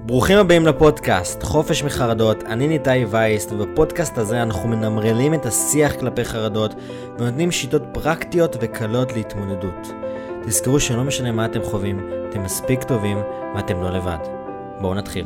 ברוכים הבאים לפודקאסט, חופש מחרדות, אני ניתאי וייס, ובפודקאסט הזה אנחנו מנמרלים את השיח כלפי חרדות, ונותנים שיטות פרקטיות וקלות להתמודדות. תזכרו שלא משנה מה אתם חווים, אתם מספיק טובים ואתם לא לבד. בואו נתחיל.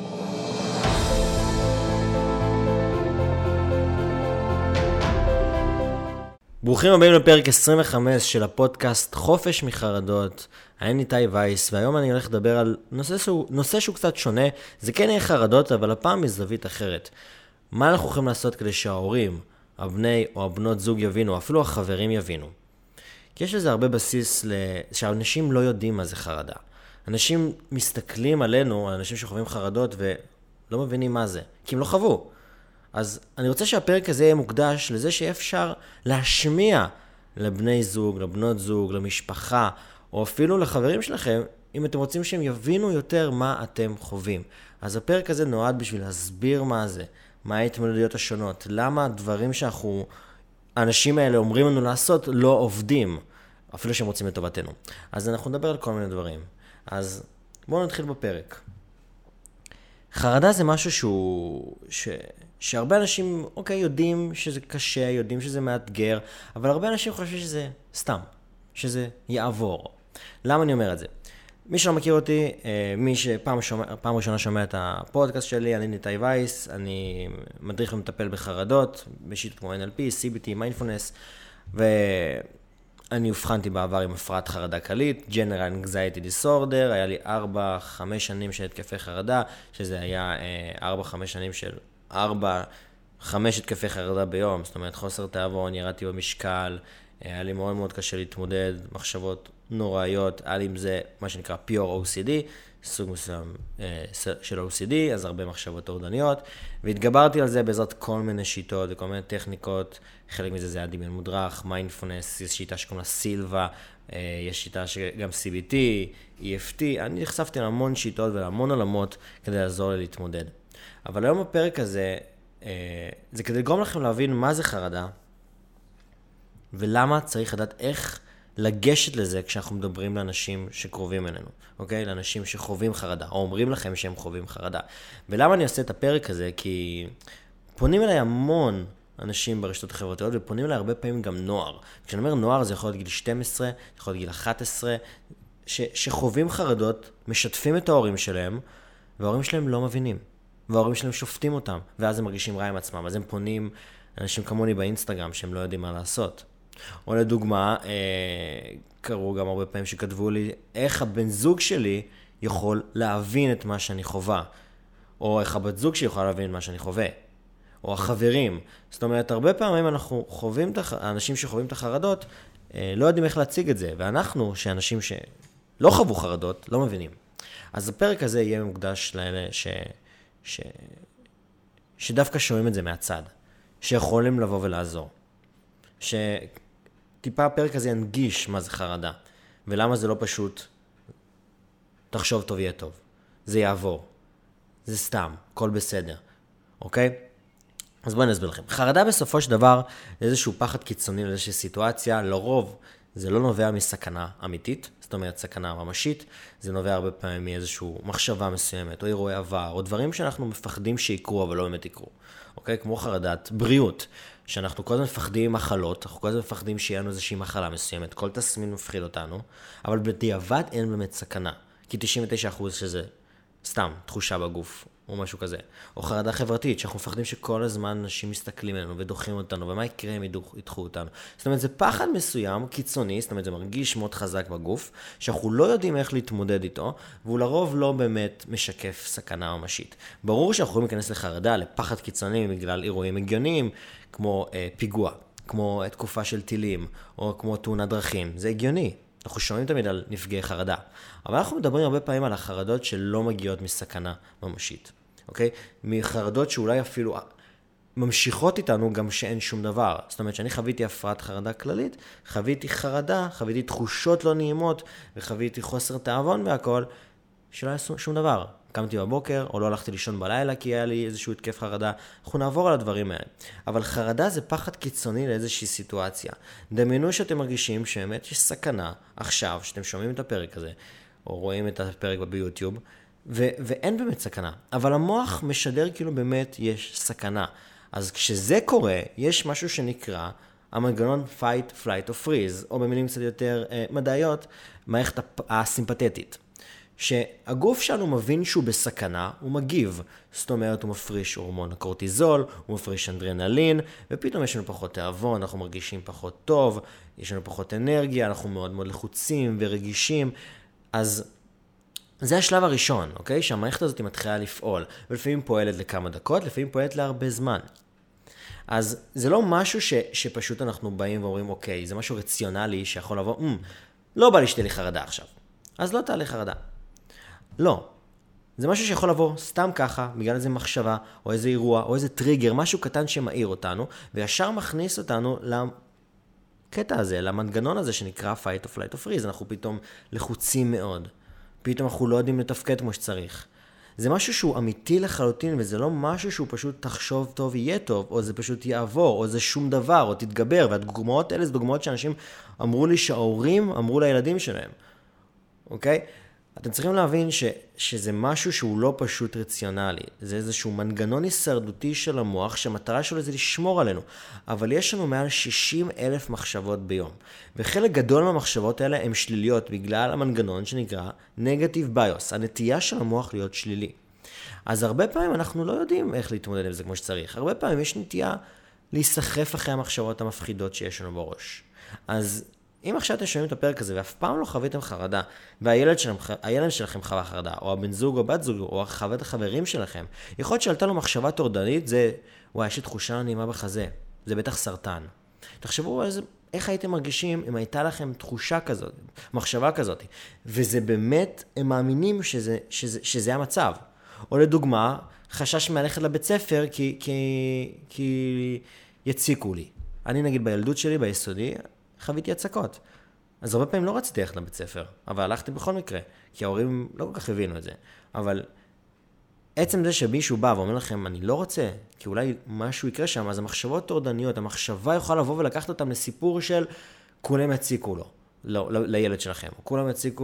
ברוכים הבאים לפרק 25 של הפודקאסט חופש מחרדות. אני ניתאי וייס, והיום אני הולך לדבר על נושא שהוא קצת שונה. זה כן יהיה חרדות, אבל הפעם מזווית אחרת. מה אנחנו יכולים לעשות כדי שההורים, הבני או הבנות זוג יבינו, או אפילו החברים יבינו? כי יש לזה הרבה בסיס שאנשים לא יודעים מה זה חרדה. אנשים מסתכלים עלינו, אנשים שחווים חרדות, ולא מבינים מה זה, כי הם לא חוו. אז אני רוצה שהפרק הזה יהיה מוקדש לזה שיהיה אפשר להשמיע לבני זוג, לבנות זוג, למשפחה, או אפילו לחברים שלכם, אם אתם רוצים שהם יבינו יותר מה אתם חווים. אז הפרק הזה נועד בשביל להסביר מה זה, מה ההתמודדויות השונות, למה הדברים האנשים האלה אומרים לנו לעשות לא עובדים, אפילו שהם רוצים לטובתנו. אז אנחנו נדבר על כל מיני דברים. אז בואו נתחיל בפרק. חרדה זה משהו שהרבה אנשים, יודעים שזה קשה, יודעים שזה מאתגר, אבל הרבה אנשים חושבים שזה סתם, שזה יעבור. למה אני אומר את זה? מי שלא מכיר אותי, מי שפעם ראשונה שומע את הפודקאסט שלי, אני ניתאי וייס, אני מדריך ומטפל בחרדות, בשיטות כמו NLP, CBT, מיינדפולנס, ואני הבחנתי בעבר עם הפרעת חרדה כללית, General Anxiety Disorder, היה לי 4-5 שנים של התקפי חרדה, שזה היה 4-5 שנים של 4-5 התקפי חרדה ביום, זאת אומרת חוסר תיאבון, ירדתי במשקל, היה לי מאוד מאוד קשה להתמודד, מחשבות נוראיות, היה לי עם זה מה שנקרא Pure OCD, סוג מסוים של OCD, אז הרבה מחשבות טורדניות, והתגברתי על זה בעזרת כל מיני שיטות וכל מיני טכניקות, חלק מזה זה היה דמיון מודרך, מיינדפולנס, יש שיטה שקוראים לה סילבה, יש שיטה שגם CBT, EFT, אני נחשפתי להמון שיטות ולהמון עולמות כדי לעזור לי להתמודד. אבל היום בפרק הזה, זה כדי לגרום לכם להבין מה זה חרדה, ולמה צריך לדעת איך לגשת לזה כשאנחנו מדברים לאנשים שקרובים אלינו, אוקיי? לאנשים שחווים חרדה, או אומרים לכם שהם חווים חרדה. ולמה אני עושה את הפרק הזה? כי פונים אליי המון אנשים ברשתות החברתיות, ופונים אליי הרבה פעמים גם נוער. כשאני אומר נוער, זה יכול להיות גיל 12, זה יכול להיות גיל 11, שחווים חרדות, משתפים את ההורים שלהם, וההורים שלהם לא מבינים. וההורים שלהם שופטים אותם, ואז הם מרגישים רע עם עצמם. אז הם פונים אנשים כמוני באינסטגרם שהם לא יודעים מה לעשות. או לדוגמה, קראו גם הרבה פעמים שכתבו לי איך הבן זוג שלי יכול להבין את מה שאני חווה, או איך הבת זוג שלי יכולה להבין מה שאני חווה, או החברים. זאת אומרת, הרבה פעמים אנחנו חווים, האנשים שחווים את החרדות, לא יודעים איך להציג את זה, ואנחנו, שאנשים שלא חוו חרדות, לא מבינים. אז הפרק הזה יהיה מוקדש לאלה שדווקא שומעים את זה מהצד, שיכולים לבוא ולעזור. שטיפה הפרק הזה ינגיש מה זה חרדה, ולמה זה לא פשוט, תחשוב טוב יהיה טוב, זה יעבור, זה סתם, הכל בסדר, אוקיי? אז בואו נסביר לכם. חרדה בסופו של דבר זה איזשהו פחד קיצוני לאיזושהי סיטואציה, לרוב זה לא נובע מסכנה אמיתית, זאת אומרת סכנה ממשית, זה נובע הרבה פעמים מאיזשהו מחשבה מסוימת, או אירועי עבר, או דברים שאנחנו מפחדים שיקרו, אבל לא באמת יקרו. אוקיי? כמו חרדת בריאות, שאנחנו כל הזמן מפחדים מחלות, אנחנו כל הזמן מפחדים שיהיה לנו איזושהי מחלה מסוימת, כל תסמין מפחיד אותנו, אבל בדיעבד אין באמת סכנה, כי 99% שזה סתם תחושה בגוף, או משהו כזה. או חרדה חברתית, שאנחנו מפחדים שכל הזמן אנשים מסתכלים עלינו ודוחים אותנו, ומה יקרה אם ידחו אותנו. זאת אומרת, זה פחד מסוים, קיצוני, זאת אומרת, זה מרגיש מאוד חזק בגוף, שאנחנו לא יודעים איך להתמודד איתו, והוא לרוב לא באמת משקף סכנה ממשית. ברור שאנחנו יכולים להיכנס לחרדה, לפחד קיצוני, בגלל אירועים הגיוניים, כמו פיגוע, כמו תקופה של טילים, או כמו תאונת דרכים. זה הגיוני. אנחנו שומעים תמיד על נפגעי חרדה. אבל אנחנו מדברים הרבה פעמים על החרדות שלא מגיעות מסכנה ממשית. אוקיי? מחרדות שאולי אפילו ממשיכות איתנו גם שאין שום דבר. זאת אומרת, שאני חוויתי הפרעת חרדה כללית, חוויתי חרדה, חוויתי תחושות לא נעימות, וחוויתי חוסר תאבון והכל, שלא היה שום דבר. קמתי בבוקר, או לא הלכתי לישון בלילה, כי היה לי איזשהו התקף חרדה. אנחנו נעבור על הדברים האלה. אבל חרדה זה פחד קיצוני לאיזושהי סיטואציה. דמיינו שאתם מרגישים שבאמת יש סכנה עכשיו, שאתם שומעים את הפרק הזה, או רואים את הפרק ביוטיוב, ואין באמת סכנה. אבל המוח משדר כאילו באמת יש סכנה. אז כשזה קורה, יש משהו שנקרא המנגנון fight, flight or freeze, או במילים קצת יותר מדעיות, מערכת הסימפתטית. שהגוף שלנו מבין שהוא בסכנה, הוא מגיב. זאת אומרת, הוא מפריש הורמון הקורטיזול, הוא מפריש אנדרנלין, ופתאום יש לנו פחות תאבון, אנחנו מרגישים פחות טוב, יש לנו פחות אנרגיה, אנחנו מאוד מאוד לחוצים ורגישים. אז זה השלב הראשון, אוקיי? שהמערכת הזאת מתחילה לפעול, ולפעמים פועלת לכמה דקות, לפעמים פועלת להרבה זמן. אז זה לא משהו שפשוט אנחנו באים ואומרים, אוקיי, זה משהו רציונלי שיכול לבוא, לא בא לי שתהיה לי חרדה עכשיו. אז לא תעלה חרדה. לא. זה משהו שיכול לבוא סתם ככה, בגלל איזה מחשבה, או איזה אירוע, או איזה טריגר, משהו קטן שמעיר אותנו, וישר מכניס אותנו לקטע הזה, למנגנון הזה שנקרא fight or flight or freeze. אנחנו פתאום לחוצים מאוד. פתאום אנחנו לא יודעים לתפקד כמו שצריך. זה משהו שהוא אמיתי לחלוטין, וזה לא משהו שהוא פשוט תחשוב טוב יהיה טוב, או זה פשוט יעבור, או זה שום דבר, או תתגבר. והדוגמאות האלה זה דוגמאות שאנשים אמרו לי שההורים אמרו לילדים שלהם. אוקיי? אתם צריכים להבין שזה משהו שהוא לא פשוט רציונלי. זה איזשהו מנגנון הישרדותי של המוח, שהמטרה שלו זה לשמור עלינו. אבל יש לנו מעל 60,000 מחשבות ביום. וחלק גדול מהמחשבות האלה הן שליליות, בגלל המנגנון שנקרא Negative Bias, הנטייה של המוח להיות שלילי. אז הרבה פעמים אנחנו לא יודעים איך להתמודד עם זה כמו שצריך. הרבה פעמים יש נטייה להיסחף אחרי המחשבות המפחידות שיש לנו בראש. אז אם עכשיו אתם שומעים את הפרק הזה ואף פעם לא חוויתם חרדה, והילד שלכם חווה חרדה, או הבן זוג או בת זוג, או חוות החברים שלכם, יכול להיות שעלתה לו מחשבה טורדנית, זה, וואי, יש לי תחושה נעימה בחזה, זה בטח סרטן. תחשבו איך הייתם מרגישים אם הייתה לכם תחושה כזאת, מחשבה כזאת, וזה באמת, הם מאמינים שזה המצב. או לדוגמה, חשש מהלכת לבית ספר כי יציקו לי. אני נגיד בילדות שלי, ביסודי, חוויתי הצקות. אז הרבה פעמים לא רציתי ללכת לבית ספר, אבל הלכתי בכל מקרה, כי ההורים לא כל כך הבינו את זה. אבל עצם זה שמישהו בא ואומר לכם, אני לא רוצה, כי אולי משהו יקרה שם, אז המחשבות טורדניות, המחשבה יכולה לבוא ולקחת אותם לסיפור של כולם יציקו לו, לילד שלכם, או כולם יציקו,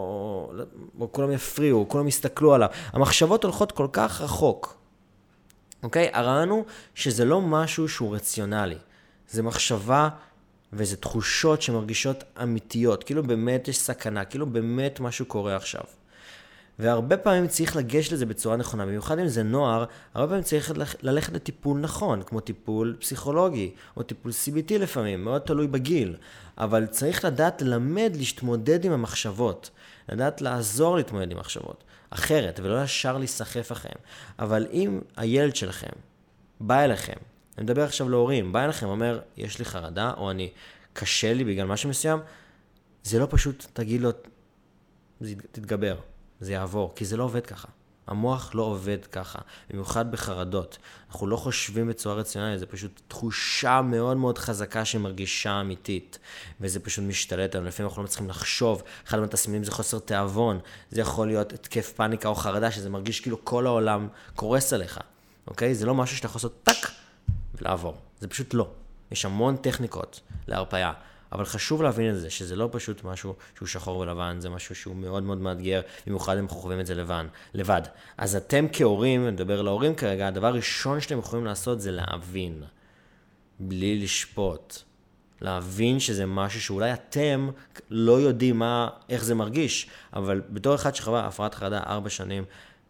או כולם יפריעו, או כולם יסתכלו עליו. המחשבות הולכות כל כך רחוק. אוקיי? הרעיון הוא שזה לא משהו שהוא רציונלי. זה מחשבה וזה תחושות שמרגישות אמיתיות, כאילו באמת יש סכנה, כאילו באמת משהו קורה עכשיו. והרבה פעמים צריך לגשת לזה בצורה נכונה, במיוחד אם זה נוער, הרבה פעמים צריך ללכת לטיפול נכון, כמו טיפול פסיכולוגי, או טיפול CBT לפעמים, מאוד תלוי בגיל. אבל צריך לדעת ללמד להתמודד עם המחשבות, לדעת לעזור להתמודד עם המחשבות, אחרת, ולא ישר להיסחף אחריהם. אבל אם הילד שלכם בא אליכם, אני מדבר עכשיו להורים, בא אליכם, אומר, יש לי חרדה, או אני קשה לי בגלל משהו מסוים, זה לא פשוט, תגיד לו, זה תתגבר, זה יעבור, כי זה לא עובד ככה. המוח לא עובד ככה, במיוחד בחרדות. אנחנו לא חושבים בצורה רציונלית, זה פשוט תחושה מאוד מאוד חזקה שמרגישה אמיתית, וזה פשוט משתלט עלינו. לפעמים אנחנו לא צריכים לחשוב, אחד מהתסמינים זה חוסר תאבון, זה יכול להיות התקף פאניקה או חרדה, שזה מרגיש כאילו כל העולם קורס עליך, אוקיי? זה לא משהו שאתה יכול לעשות טק ולעבור, זה פשוט לא. יש המון טכניקות להרפאיה, אבל חשוב להבין את זה, שזה לא פשוט משהו שהוא שחור ולבן, זה משהו שהוא מאוד מאוד מאתגר, במיוחד אם אנחנו חווים את זה לבד. אז אתם כהורים, נדבר להורים כרגע, הדבר הראשון שאתם יכולים לעשות זה להבין, בלי לשפוט. להבין שזה משהו שאולי אתם לא יודעים איך זה מרגיש, אבל בתור אחד שחווה הפרעת חרדה 4 שנים,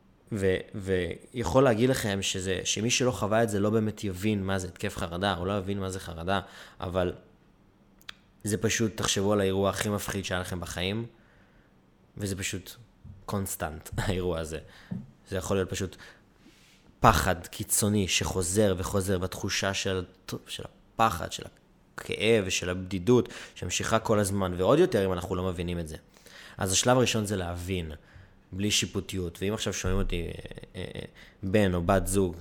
ויכול להגיד לכם שמי שלא חווה את זה לא באמת יבין מה זה התקף חרדה, או לא יבין מה זה חרדה, אבל זה פשוט, תחשבו על האירוע הכי מפחיד שהיה לכם בחיים, וזה פשוט קונסטנט, האירוע הזה. זה יכול להיות פשוט פחד קיצוני שחוזר וחוזר בתחושה של הפחד, של הכאב ושל הבדידות, שמשיכה כל הזמן, ועוד יותר אם אנחנו לא מבינים את זה. אז השלב הראשון זה להבין, בלי שיפוטיות. ואם עכשיו שומעים אותי בן או בת זוג,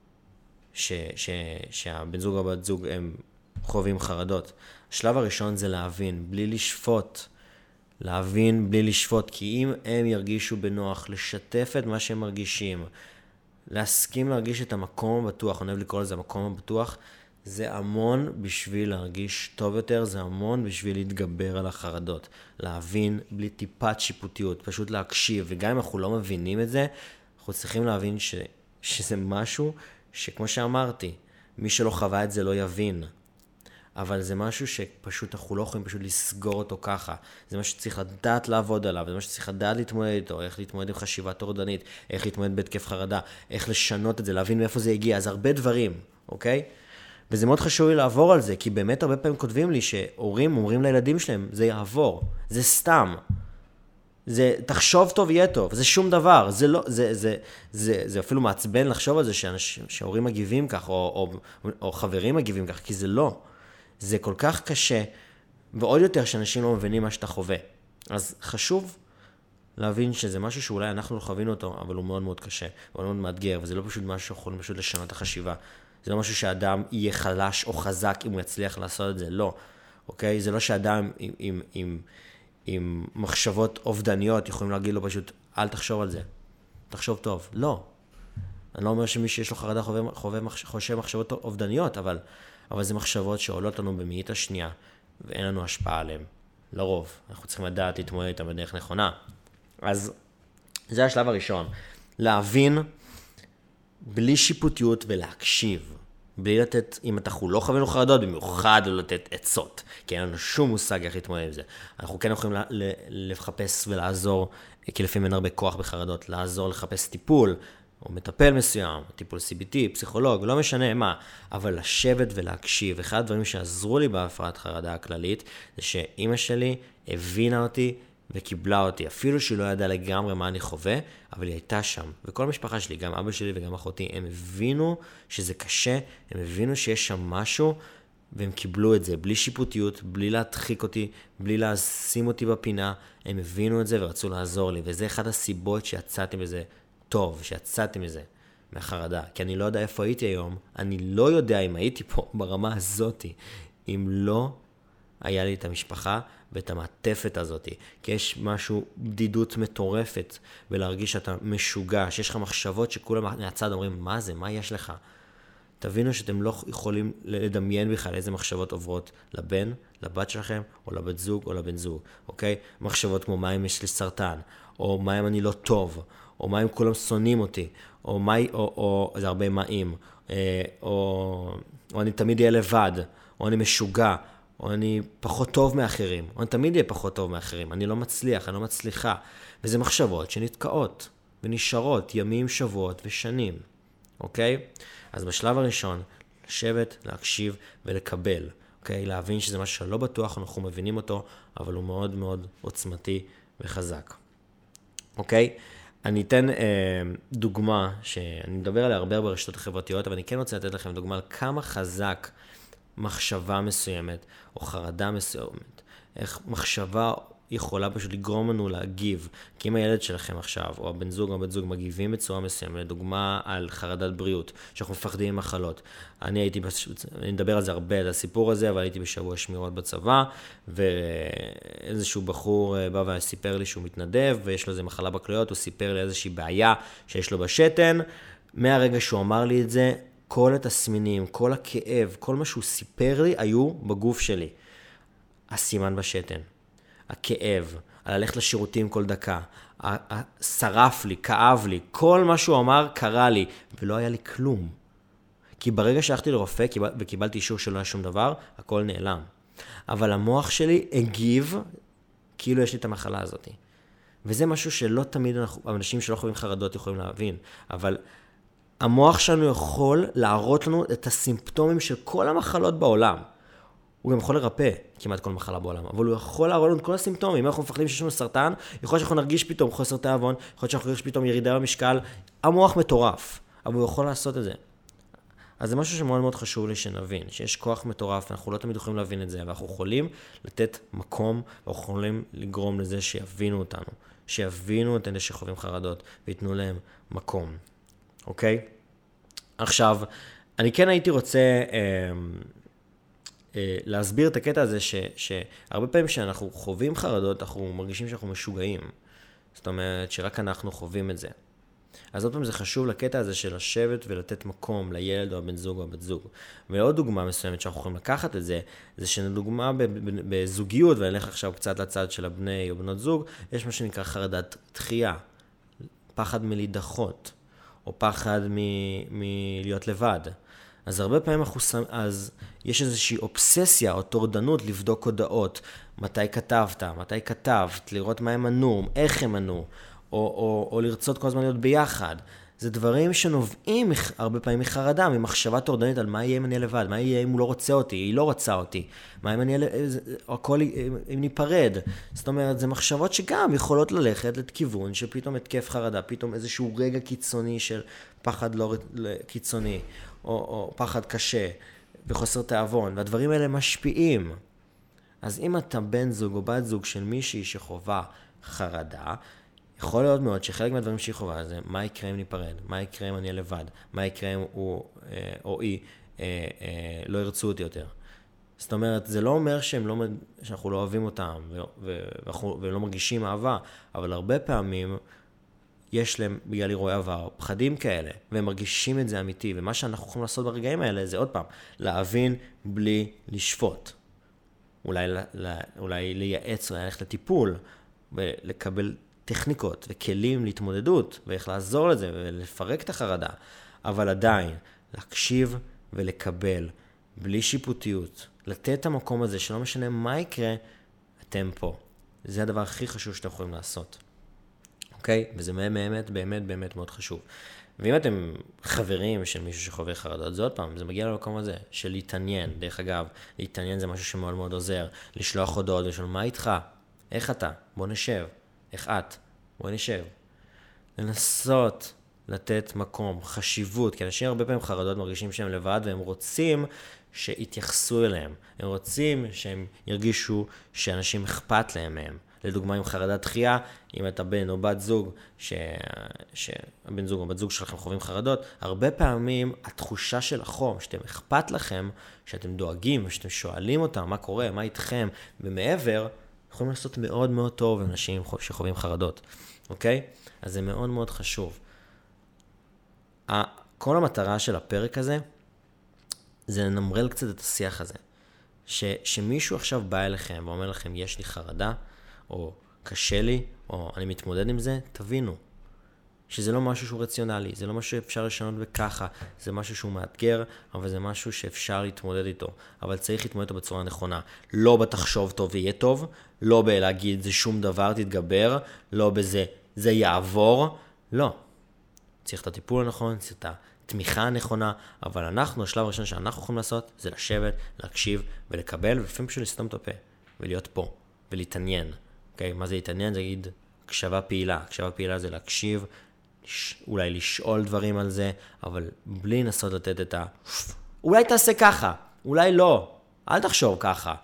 שהבן זוג או בת זוג הם חווים חרדות, השלב הראשון זה להבין, בלי לשפוט. להבין בלי לשפוט, כי אם הם ירגישו בנוח, לשתף את מה שהם מרגישים, להסכים להרגיש את המקום הבטוח, אני אוהב לקרוא לזה המקום הבטוח, זה המון בשביל להרגיש טוב יותר, זה המון בשביל להתגבר על החרדות. להבין בלי טיפת שיפוטיות, פשוט להקשיב, וגם אם אנחנו לא מבינים את זה, אנחנו צריכים להבין שזה משהו שכמו שאמרתי, מי שלא חווה את זה לא יבין. אבל זה משהו שפשוט אנחנו לא יכולים פשוט לסגור אותו ככה. זה משהו שצריך לדעת לעבוד עליו, זה משהו שצריך לדעת להתמודד איתו, איך להתמודד עם חשיבה טורדנית, איך להתמודד בהתקף חרדה, איך לשנות את זה, להבין מאיפה זה הגיע. אז הרבה דברים, אוקיי? וזה מאוד חשוב לי לעבור על זה, כי באמת הרבה פעמים כותבים לי שהורים אומרים לילדים שלהם, זה יעבור, זה סתם. זה, תחשוב טוב, יהיה טוב, זה שום דבר, זה לא, זה אפילו מעצבן לחשוב על זה שהורים מגיבים כך, או חברים מגיבים כך, כי זה לא. זה כל כך קשה, ועוד יותר שאנשים לא מבינים מה שאתה חווה. אז חשוב להבין שזה משהו שאולי אנחנו לא חווינו אותו, אבל הוא מאוד מאוד קשה, הוא מאוד מאתגר, וזה לא פשוט משהו שיכול פשוט לשנות את החשיבה. זה לא משהו שאדם יהיה חלש או חזק אם הוא יצליח לעשות את זה, לא. אוקיי? זה לא שאדם עם מחשבות אובדניות יכולים להגיד לו פשוט, אל תחשוב על זה. תחשוב טוב. לא. אני לא אומר שמי שיש לו חרדה חושב מחשבות אובדניות, אבל זה מחשבות שעולות לנו במאית השנייה, ואין לנו השפעה עליהן. לרוב. אנחנו צריכים לדעת להתמודד איתן בדרך נכונה. אז זה השלב הראשון. להבין בלי שיפוטיות ולהקשיב. בלי לתת, אם אנחנו לא חווינו חרדות, במיוחד לא לתת עצות. כי אין לנו שום מושג איך להתמודד עם זה. אנחנו כן יכולים לחפש ולעזור, כי לפעמים אין הרבה כוח בחרדות, לעזור לחפש טיפול, או מטפל מסוים, טיפול CBT, פסיכולוג, לא משנה מה, אבל לשבת ולהקשיב. אחד הדברים שעזרו לי בהפרעת חרדה הכללית, זה שאמא שלי הבינה אותי וקיבלה אותי, אפילו שהיא לא ידעה לגמרי מה אני חווה, אבל היא הייתה שם. וכל המשפחה שלי, גם אבא שלי וגם אחותי, הם הבינו שזה קשה, הם הבינו שיש שם משהו, והם קיבלו את זה, בלי שיפוטיות, בלי להדחיק אותי, בלי לשים אותי בפינה, הם הבינו את זה ורצו לעזור לי, וזה אחד הסיבות שיצאתי מזה טוב, שיצאתי מזה מהחרדה, כי אני לא יודע איפה הייתי היום, אני לא יודע אם הייתי פה ברמה הזאת, אם לא היה לי את המשפחה ואת המעטפת הזאת, כי יש משהו, בדידות מטורפת, ולהרגיש שאתה משוגע, שיש לך מחשבות שכולם מהצד אומרים, מה זה, מה יש לך? תבינו שאתם לא יכולים לדמיין בכלל איזה מחשבות עוברות לבן, לבת שלכם, או לבת זוג, או לבן זוג, אוקיי? מחשבות כמו מה אם יש לי סרטן, או מה אם אני לא טוב, או מה אם כולם שונאים אותי, או זה הרבה מים, או אני תמיד אהיה לבד, או אני משוגע, או אני פחות טוב מאחרים, או אני תמיד אהיה פחות טוב מאחרים, אני לא מצליח, אני לא מצליחה. וזה מחשבות שנתקעות ונשארות ימים, שבועות ושנים, אוקיי? אז בשלב הראשון, לשבת, להקשיב ולקבל, אוקיי? להבין שזה משהו שלא בטוח, אנחנו מבינים אותו, אבל הוא מאוד מאוד עוצמתי וחזק. אוקיי? אני אתן דוגמה שאני מדבר עליה הרבה ברשתות החברתיות, אבל אני כן רוצה לתת לכם דוגמה על כמה חזק מחשבה מסוימת או חרדה מסוימת. איך מחשבה יכולה פשוט לגרום לנו להגיב. כי אם הילד שלכם עכשיו, או הבן זוג או הבת זוג מגיבים בצורה מסוימת, לדוגמה על חרדת בריאות, שאנחנו מפחדים ממחלות. אני מדבר על זה הרבה, על הסיפור הזה, אבל הייתי בשבוע שמירות בצבא, ואיזשהו בחור בא וסיפר לי שהוא מתנדב, ויש לו איזו מחלה בכליות, הוא סיפר לי איזושהי בעיה שיש לו בשתן. מהרגע שהוא אמר לי את זה, כל התסמינים, כל הכאב, כל מה שהוא סיפר לי, היו בגוף שלי. הסימן בשתן. הכאב, ללכת לשירותים כל דקה, שרף לי, כאב לי, כל מה שהוא אמר קרה לי, ולא היה לי כלום. כי ברגע שהלכתי לרופא וקיבלתי אישור שלא היה שום דבר, הכל נעלם. אבל המוח שלי הגיב כאילו יש לי את המחלה הזאת. וזה משהו שלא תמיד אנשים שלא חווים חרדות יכולים להבין, אבל המוח שלנו יכול להראות לנו את הסימפטומים של כל המחלות בעולם. הוא גם יכול לרפא כמעט כל מחלה בעולם, אבל הוא יכול להראות לנו את כל הסימפטומים. אם אנחנו מפחדים שיש לנו סרטן, יכול להיות שאנחנו נרגיש פתאום חוסר תאבון, יכול להיות שאנחנו נרגיש פתאום ירידה במשקל, המוח מטורף, אבל הוא יכול לעשות את זה. אז זה משהו שמאוד מאוד חשוב לי שנבין, שיש כוח מטורף, אנחנו לא תמיד יכולים להבין את זה, ואנחנו יכולים לתת מקום, ואנחנו יכולים לגרום לזה שיבינו אותנו, שיבינו את אלה שחווים חרדות, ויתנו להם מקום. אוקיי? עכשיו, אני כן הייתי רוצה להסביר את הקטע הזה שהרבה פעמים שאנחנו חווים חרדות, אנחנו מרגישים שאנחנו משוגעים. זאת אומרת שרק אנחנו חווים את זה. אז עוד פעם זה חשוב לקטע הזה של לשבת ולתת מקום לילד או הבן זוג או הבת זוג. ועוד דוגמה מסוימת שאנחנו יכולים לקחת את זה, זה שנדוגמה בזוגיות, ואני אלך עכשיו קצת לצד של הבני או בנות זוג, יש מה שנקרא חרדת דחייה, פחד מלהידחות, או פחד מלהיות לבד. אז הרבה פעמים אז יש איזושהי אובססיה או טורדנות לבדוק הודעות, מתי כתבת, לראות מה הם ענו, איך הם ענו, או לרצות כל הזמן להיות ביחד. זה דברים שנובעים הרבה פעמים מחרדה, ממחשבה טורדנית על מה יהיה אם אני לבד, מה יהיה אם הוא לא רוצה אותי, היא לא רוצה אותי, מה אם אני הכל אם ניפרד. זאת אומרת, זה מחשבות שגם יכולות ללכת לכיוון שפתאום התקף חרדה, פתאום איזשהו רגע קיצוני של פחד לא קיצוני, או פחד קשה, וחוסר תאבון, והדברים האלה משפיעים. אז אם אתה בן זוג או בת זוג של מישהי שחובה חרדה, יכול להיות מאוד שחלק מהדברים שהיא חובה זה מה יקרה אם ניפרד, מה יקרה אם אני אהיה לבד, מה יקרה אם הוא או היא לא ירצו אותי יותר. זאת אומרת, זה לא אומר שאנחנו לא אוהבים אותם ולא מרגישים אהבה, אבל הרבה פעמים יש להם בגלל אירועי עבר פחדים כאלה, והם מרגישים את זה אמיתי, ומה שאנחנו יכולים לעשות ברגעים האלה זה עוד פעם, להבין בלי לשפוט. אולי לייעץ, אולי ללכת לטיפול, ולקבל טכניקות וכלים להתמודדות, ואיך לעזור לזה ולפרק את החרדה, אבל עדיין להקשיב ולקבל, בלי שיפוטיות, לתת את המקום הזה שלא משנה מה יקרה, אתם פה. זה הדבר הכי חשוב שאתם יכולים לעשות. אוקיי? וזה באמת, באמת, באמת מאוד חשוב. ואם אתם חברים של מישהו שחווה חרדות, זה עוד פעם, זה מגיע למקום הזה, של להתעניין. דרך אגב, להתעניין זה משהו שמאוד מאוד עוזר. לשלוח הודעות ושאול, מה איתך? איך אתה? בוא נשב. איך את? בוא נשב. לנסות לתת מקום, חשיבות, כי אנשים הרבה פעמים חרדות מרגישים שהם לבד, והם רוצים שיתייחסו אליהם. הם רוצים שהם ירגישו שאנשים אכפת להם מהם. לדוגמה, עם חרדת דחייה, אם אתה בן או בת זוג, שהבן זוג או בת זוג שלכם חווים חרדות, הרבה פעמים התחושה של החום, שאתם אכפת לכם, שאתם דואגים, שאתם שואלים אותם מה קורה, מה איתכם, ומעבר, יכולים לעשות מאוד מאוד טוב עם אנשים שחווים חרדות. אוקיי? אז זה מאוד מאוד חשוב. כל המטרה של הפרק הזה, זה לנמרל קצת את השיח הזה. שמישהו עכשיו בא אליכם ואומר לכם, יש לי חרדה, או קשה לי, או אני מתמודד עם זה, תבינו. שזה לא משהו שהוא רציונלי, זה לא משהו שאפשר לשנות בככה, זה משהו שהוא מאתגר, אבל זה משהו שאפשר להתמודד איתו. אבל צריך להתמודד איתו בצורה נכונה. לא בתחשוב טוב ויהיה טוב, לא בלהגיד זה שום דבר, תתגבר, לא בזה, זה יעבור, לא. צריך את הטיפול הנכון, צריך את התמיכה הנכונה, אבל אנחנו, השלב הראשון שאנחנו יכולים לעשות, זה לשבת, להקשיב ולקבל, ולפעמים פשוט לסתום את הפה, ולהיות פה, ולהתעניין. אוקיי? מה זה להתעניין? זה להגיד הקשבה פעילה. הקשבה פעילה זה להקשיב, אולי לשאול דברים על זה, אבל בלי לנסות לתת את אולי תעשה ככה, אולי לא, אל תחשוב ככה.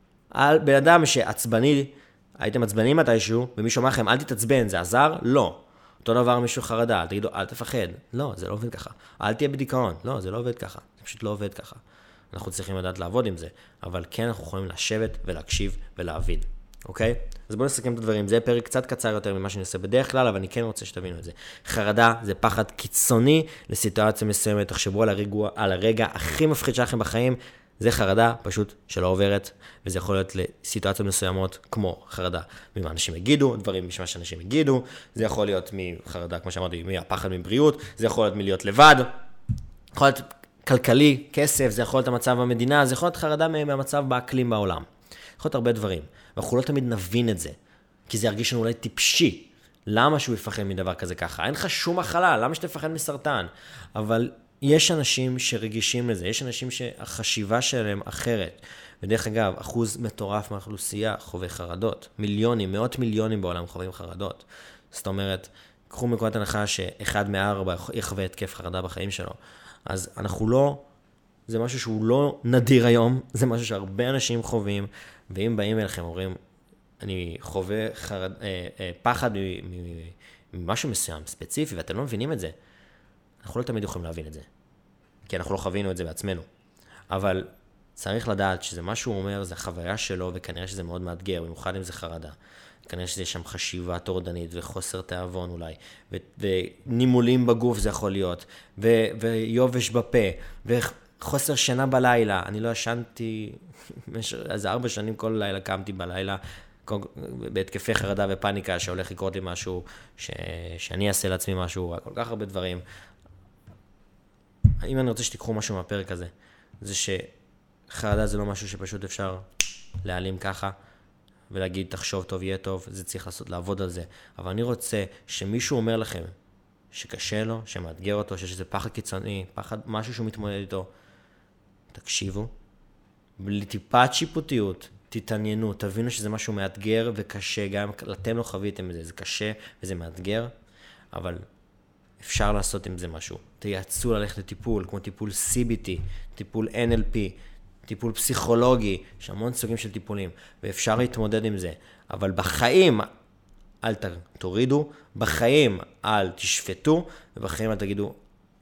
בן אדם שעצבני, הייתם עצבנים מתישהו, ומישהו אומר לכם, אל תתעצבן, זה עזר? לא. אותו דבר מישהו חרדה, תגידו, אל תפחד. לא, זה לא עובד ככה. אל תהיה בדיכאון. לא, זה לא עובד ככה. זה פשוט לא עובד ככה. אנחנו צריכים לדעת לעבוד עם זה, אבל כן אנחנו יכולים לשבת ולהקשיב ולהבין. אוקיי? אז בואו נסכם את הדברים. זה פרק קצת קצר יותר ממה שאני עושה בדרך כלל, אבל אני כן רוצה שתבינו את זה. חרדה זה פחד קיצוני לסיטואציה מסוימת. תחשבו על הרגע הכי מפחיד שלכם בחיים. זה חרדה פשוט שלא עוברת, וזה יכול להיות לסיטואציות מסוימות כמו חרדה ממה אנשים יגידו, דברים משמה שאנשים יגידו. זה יכול להיות מחרדה, כמו שאמרתי, מהפחד מבריאות. זה יכול להיות מלהיות לבד. יכול להיות כלכלי, כסף, זה יכול להיות המצב במדינה, זה יכול להיות חרדה מהמצב באקלים בעולם. יכול להיות הרבה דברים. ואנחנו לא תמיד נבין את זה, כי זה ירגיש לנו אולי טיפשי. למה שהוא יפחד מדבר כזה ככה? אין לך שום מחלה, למה שתפחד מסרטן? אבל יש אנשים שרגישים לזה, יש אנשים שהחשיבה שלהם אחרת. ודרך אגב, אחוז מטורף מהאוכלוסייה חווה חרדות. מיליונים, מאות מיליונים בעולם חווים חרדות. זאת אומרת, קחו מנקודת הנחה שאחד מארבע יחווה התקף חרדה בחיים שלו. אז אנחנו לא, זה משהו שהוא לא נדיר היום, זה משהו שהרבה אנשים חווים, ואם באים אליכם, אומרים, אני חווה פחד ממשהו מסוים, ספציפי, ואתם לא מבינים את זה, אנחנו לא תמיד יכולים להבין את זה, כי אנחנו לא חווינו את זה בעצמנו. אבל צריך לדעת שזה מה שהוא אומר, זה החוויה שלו, וכנראה שזה מאוד מאתגר, במיוחד אם זה חרדה. כנראה שיש שם חשיבה טורדנית וחוסר תאבון אולי, ונימולים בגוף זה יכול להיות, ויובש בפה, וחוסר שינה בלילה. אני לא ישנתי, אז 4 שנים כל לילה קמתי בלילה, בהתקפי חרדה ופניקה שהולך לקרות לי משהו, שאני אעשה לעצמי משהו, כל כך הרבה דברים. אם אני רוצה שתיקחו משהו מהפרק הזה, זה שחרדה זה לא משהו שפשוט אפשר להעלים ככה, ולהגיד תחשוב טוב יהיה טוב, זה צריך לעבוד על זה. אבל אני רוצה שמישהו אומר לכם שקשה לו, שמאתגר אותו, שיש איזה פחד קיצוני, פחד, משהו שהוא מתמודד איתו, תקשיבו, בלי טיפת שיפוטיות, תתעניינו, תבינו שזה משהו מאתגר וקשה, גם אתם לא חוויתם את זה, זה קשה וזה מאתגר, אבל אפשר לעשות עם זה משהו. תייעצו ללכת לטיפול, כמו טיפול CBT, טיפול NLP, טיפול פסיכולוגי, יש המון סוגים של טיפולים, ואפשר להתמודד עם זה. אבל בחיים אל תורידו, בחיים אל תשפטו, ובחיים אל תגידו,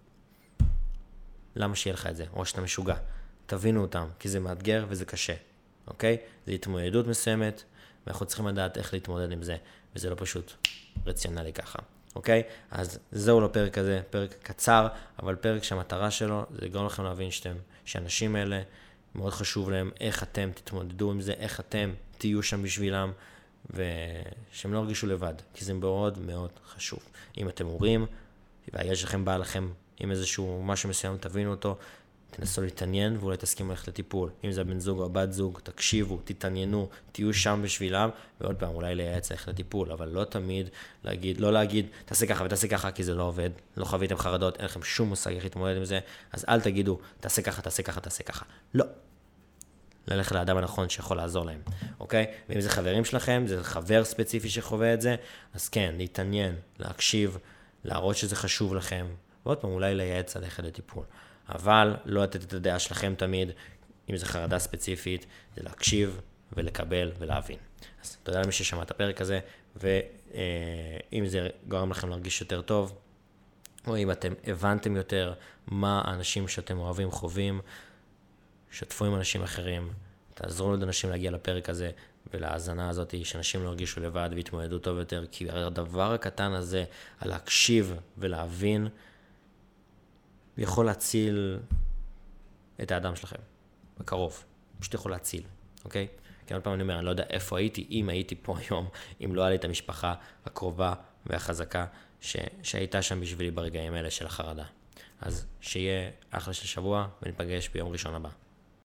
למה שיהיה לך את זה? או שאתה משוגע. תבינו אותם, כי זה מאתגר וזה קשה. אוקיי? זה התמודדות מסוימת, ואנחנו צריכים לדעת איך להתמודד עם זה, וזה לא פשוט רציונלי ככה. אוקיי? אז זהו לפרק הזה, פרק קצר, אבל פרק שהמטרה שלו זה לגרום לכם להבין שאנשים האלה מאוד חשוב להם איך אתם תתמודדו עם זה, איך אתם תהיו שם בשבילם, ושהם לא הרגישו לבד, כי זה מאוד מאוד חשוב. אם אתם הורים, והילד שלכם בא לכם עם איזשהו משהו מסוים, תבינו אותו, תנסו להתעניין ואולי תסכימו ללכת לטיפול. אם זה הבן זוג או הבת זוג, תקשיבו, תתעניינו, תהיו שם בשבילם, ועוד פעם, אולי לייעץ ללכת לטיפול, אבל לא תמיד לא להגיד, תעשה ככה ותעשה ככה, כי זה לא עובד, לא חוויתם חרדות, אין לכם שום מושג איך להתמודד עם זה, אז אל תגידו, תעשה ככה, תעשה ככה, תעשה ככה. לא. ללכת לאדם הנכון שיכול לעזור להם, אוקיי? ואם זה חברים שלכם, זה חבר ספציפי שחווה את זה, אז כן, להתעניין, להקשיב, להראות שזה חשוב לכם, ועוד פעם, אולי לייעץ ללכת לטיפול. אבל לא לתת את הדעה שלכם תמיד, אם זה חרדה ספציפית, זה להקשיב ולקבל ולהבין. אז תודה למי ששמע את הפרק הזה, ואם זה גורם לכם להרגיש יותר טוב, או אם אתם הבנתם יותר מה האנשים שאתם אוהבים חווים, שתפו עם אנשים אחרים, תעזרו לעוד אנשים להגיע לפרק הזה ולהאזנה הזאת, שאנשים לא הרגישו לבד והתמודדו טוב יותר, כי הדבר הקטן הזה, על להקשיב ולהבין, יכול להציל את האדם שלכם, בקרוב, פשוט יכול להציל, אוקיי? כי עוד פעם אני אומר, אני לא יודע איפה הייתי, אם הייתי פה היום, אם לא היה לי את המשפחה הקרובה והחזקה, שהייתה שם בשבילי ברגעים האלה של החרדה. אז שיהיה אחלה של שבוע, וניפגש ביום ראשון הבא.